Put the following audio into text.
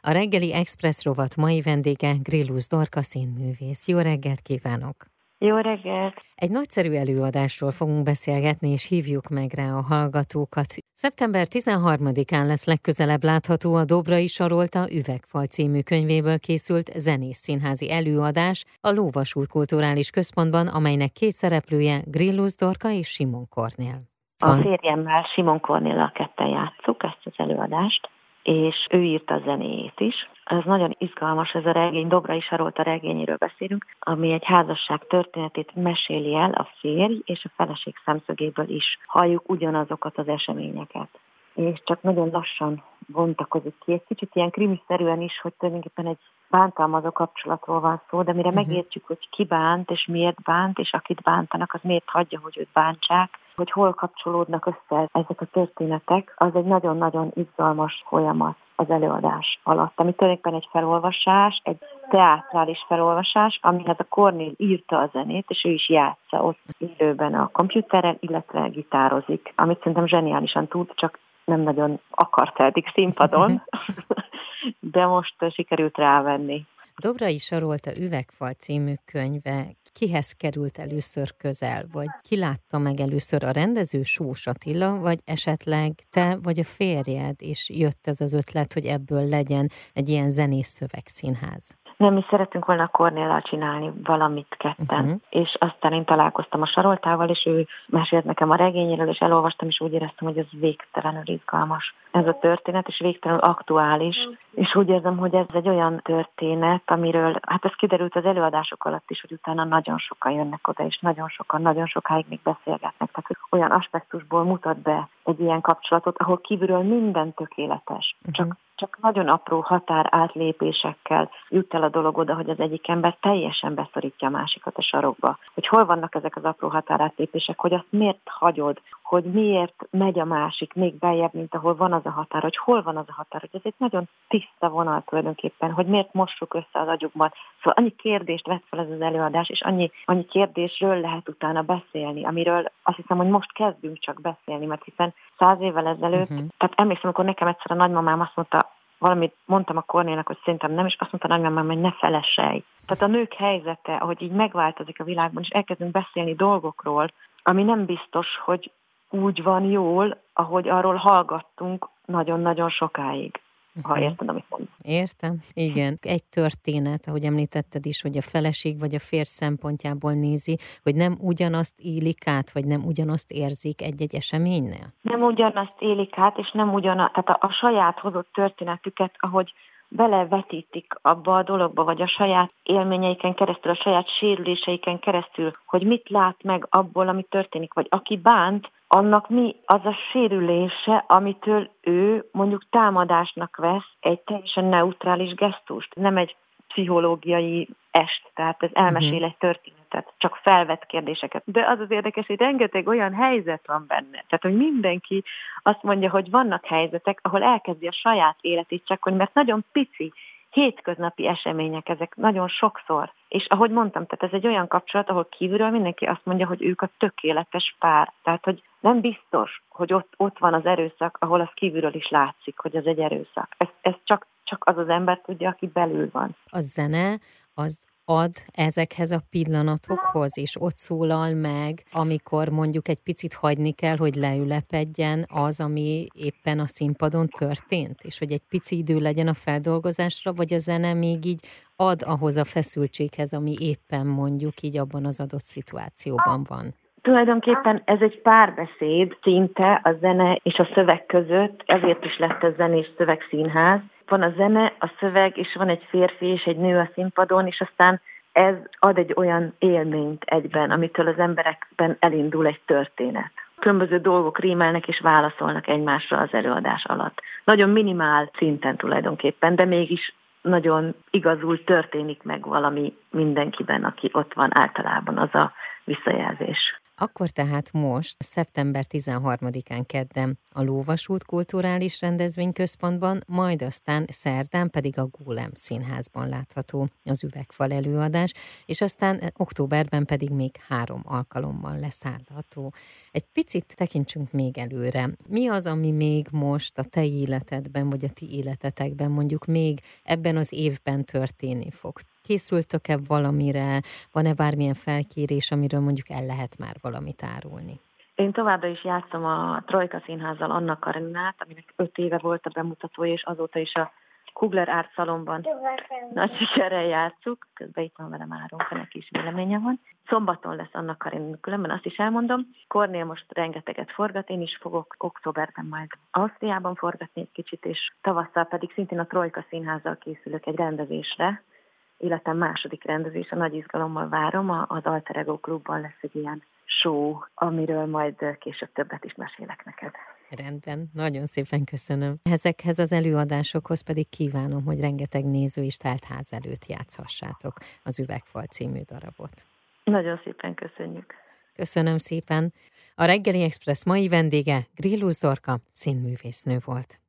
A reggeli Express rovat mai vendége Grillus Dorka színművész. Jó reggelt kívánok! Jó reggelt! Egy nagyszerű előadásról fogunk beszélgetni, és hívjuk meg rá a hallgatókat. Szeptember 13-án lesz legközelebb látható a Dobrai Sarolta Üvegfal című könyvéből készült zenész-színházi előadás a Lóvasút Kulturális Központban, amelynek két szereplője Grillus Dorka és Simon Kornél. A férjemmel, Simon Kornéllal ketten játsszuk ezt az előadást, és ő írta a zenéjét is. Ez nagyon izgalmas, ez a regény, Dobrai Sarolta regényéről beszélünk, ami egy házasság történetét meséli el a férj és a feleség szemszögéből is. Halljuk ugyanazokat az eseményeket. És csak nagyon lassan bontakozik ki. Egy kicsit ilyen krimiszerűen is, hogy tulajdonképpen egy bántalmazó kapcsolatról van szó, de mire megértjük, hogy ki bánt, és miért bánt, és akit bántanak, az miért hagyja, hogy őt bántsák, hogy hol kapcsolódnak össze ezek a történetek, az egy nagyon-nagyon izgalmas folyamat az előadás alatt, ami tulajdonképpen egy felolvasás, egy teátrális felolvasás, amihez a Kornél írta a zenét, és ő is játsza ott élőben a komputeren, illetve gitározik, amit szerintem zseniálisan tud, csak nem nagyon akart eddig színpadon, de most sikerült rávenni. Dobrai Sarolta Üvegfal című könyve kihez került először közel, vagy ki látta meg először, a rendező Sós Attila, vagy esetleg te vagy a férjed, és jött ez az ötlet, hogy ebből legyen egy ilyen zenész szövegszínház? Nem, mi szeretünk volna a Kornéllal csinálni valamit ketten, és aztán én találkoztam a Saroltával, és ő mesélt nekem a regényéről, és elolvastam, és úgy éreztem, hogy ez végtelenül izgalmas. Ez a történet, és végtelenül aktuális, és úgy érzem, hogy ez egy olyan történet, amiről, hát ez kiderült az előadások alatt is, hogy utána nagyon sokan jönnek oda, és nagyon sokan, nagyon sokáig még beszélgetnek. Tehát olyan aspektusból mutat be egy ilyen kapcsolatot, ahol kívülről minden tökéletes, csak nagyon apró határ átlépésekkel jut el a dolog oda, hogy az egyik ember teljesen beszorítja a másikat a sarokba. Hogy hol vannak ezek az apró határátlépések, hogy azt miért hagyod, hogy miért megy a másik még beljebb, mint ahol van az a határ, hogy hol van az a határ, hogy ez egy nagyon tiszta vonal tulajdonképpen, hogy miért mossuk össze az agyukban. Szóval annyi kérdést vett fel ez az előadás, és annyi kérdésről lehet utána beszélni, amiről azt hiszem, hogy most kezdünk csak beszélni, mert hiszen 100 évvel ezelőtt, tehát emlékszem, amikor nekem egyszer a nagymamám azt mondta, valamit mondtam a Kornélnak, hogy szerintem nem, és azt mondta a nagymamám, hogy ne felesej. Tehát a nők helyzete, ahogy így megváltozik a világban, és elkezdünk beszélni dolgokról, ami nem biztos, hogy úgy van jól, ahogy arról hallgattunk nagyon-nagyon sokáig. Ha érted, amit mondom. Értem, igen. Egy történet, ahogy említetted is, hogy a feleség vagy a férj szempontjából nézi, hogy nem ugyanazt élik át, vagy nem ugyanazt érzik egy-egy eseménynél? Nem ugyanazt élik át, és nem ugyanazt, tehát a saját hozott történetüket, ahogy belevetítik abba a dologba, vagy a saját élményeiken keresztül, a saját sérüléseiken keresztül, hogy mit lát meg abból, ami történik, vagy aki bánt, annak mi az a sérülése, amitől ő mondjuk támadásnak vesz egy teljesen neutrális gesztust, nem egy pszichológiai tehát ez elmesél egy történetet, csak felvet kérdéseket. De az az érdekes, hogy rengeteg olyan helyzet van benne. Tehát, hogy mindenki azt mondja, hogy vannak helyzetek, ahol elkezdi a saját életét csekkolni, mert nagyon pici, hétköznapi események ezek nagyon sokszor. És ahogy mondtam, tehát ez egy olyan kapcsolat, ahol kívülről mindenki azt mondja, hogy ők a tökéletes pár. Tehát, hogy nem biztos, hogy ott van az erőszak, ahol az kívülről is látszik, hogy ez egy erőszak. Ez csak az az ember tudja, aki belül van. A zene az ad ezekhez a pillanatokhoz, és ott szólal meg, amikor mondjuk egy picit hagyni kell, hogy leülepedjen az, ami éppen a színpadon történt, és hogy egy pici idő legyen a feldolgozásra, vagy a zene még így ad ahhoz a feszültséghez, ami éppen mondjuk így abban az adott szituációban van. Tulajdonképpen ez egy párbeszéd szinte a zene és a szöveg között, ezért is lett a zenés szövegszínház. Van a zene, a szöveg, és van egy férfi és egy nő a színpadon, és aztán ez ad egy olyan élményt egyben, amitől az emberekben elindul egy történet. Különböző dolgok rímelnek és válaszolnak egymásra az előadás alatt. Nagyon minimál szinten tulajdonképpen, de mégis nagyon igazul történik meg valami mindenkiben, aki ott van általában. Az a visszajelzés. Akkor tehát most, szeptember 13-án kedden a Lóvasút Kulturális Rendezvényközpontban, majd aztán szerdán pedig a Gólem Színházban látható az Üvegfal előadás, és aztán októberben pedig még 3 alkalommal lesz látható. Egy picit tekintsünk még előre. Mi az, ami még most a te életedben, vagy a ti életetekben mondjuk még ebben az évben történni fog? Készültök-e valamire? Van-e bármilyen felkérés, amiről mondjuk el lehet már valamit árulni? Én továbbra is játszom a Trojka Színházzal Anna Kareninát, aminek 5 éve volt a bemutatója, és azóta is a Kugler Art Szalonban nagy sikerrel játszuk. Közben itt van velem Áronka, neki is véleménye van. Szombaton lesz Anna Karenin, különben azt is elmondom. Kornél most rengeteget forgat, én is fogok októberben majd Ausztriában forgatni egy kicsit, és tavasszal pedig szintén a Trojka Színházzal készülök egy rendezésre, életem második rendezés, a nagy izgalommal várom, az Alter Ego Klubban lesz egy ilyen show, amiről majd később többet is mesélek neked. Rendben, nagyon szépen köszönöm. Ezekhez az előadásokhoz pedig kívánom, hogy rengeteg néző is telt ház előtt játszhassátok az Üvegfal című darabot. Nagyon szépen köszönjük. Köszönöm szépen. A Reggeli Express mai vendége Grillus Dorka színművésznő volt.